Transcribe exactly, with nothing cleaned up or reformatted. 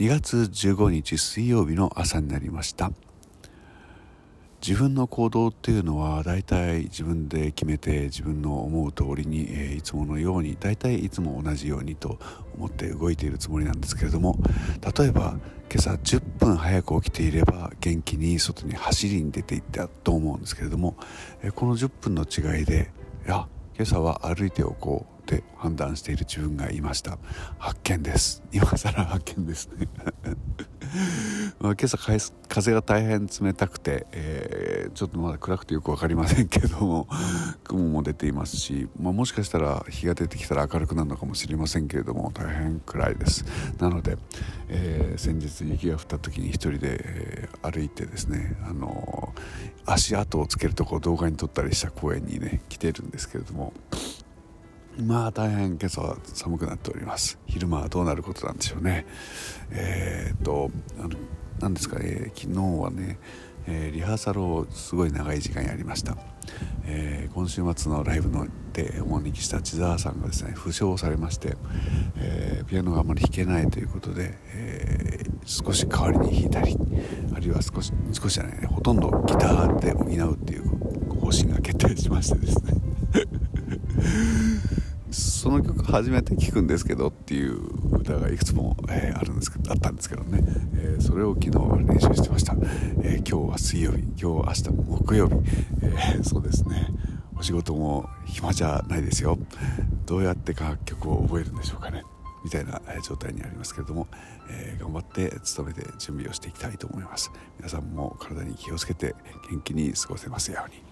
にがつじゅうごにち水曜日の朝になりました。自分の行動っていうのはだいたい自分で決めて、自分の思う通りに、えー、いつものように、だいたいいつも同じようにと思って動いているつもりなんですけれども、例えば今朝じゅっぷん早く起きていれば元気に外に走りに出ていったと思うんですけれども、えー、このじゅっぷんの違いで、いや今朝は歩いておこうって判断している自分がいました。発見です。今更発見ですねまあ今朝風が大変冷たくて、えー、ちょっとまだ暗くてよく分かりませんけども雲も出ていますし、まあ、もしかしたら日が出てきたら明るくなるのかもしれませんけれども、大変暗いです。なので、えー、先日雪が降った時に一人で、えー、歩いてですね、あのー、足跡をつけるところを動画に撮ったりした公園にね来ているんですけれども、まあ大変今朝は寒くなっております。昼間はどうなることなんでしょうね。えー、っとあの何ですかね、昨日はね、えー、リハーサルをすごい長い時間やりました。えー、今週末のライブのでお招きした千沢さんがですね負傷されまして、えー、ピアノがあまり弾けないということで、えー、少し代わりに弾いたり、あるいは少し少しじゃないねほとんどギターで補うっていう方針が決定しましてですねその曲初めて聴くんですけどっていう歌がいくつも、えー、あるんですけどあったんですけどね、えー、それを昨日練習してました。えー、今日は水曜日、今日は明日も木曜日、えー、そうですね、お仕事も暇じゃないですよ。どうやって楽曲を覚えるんでしょうかねみたいな状態にありますけれども、えー、頑張って努めて準備をしていきたいと思います。皆さんも体に気をつけて元気に過ごせますように。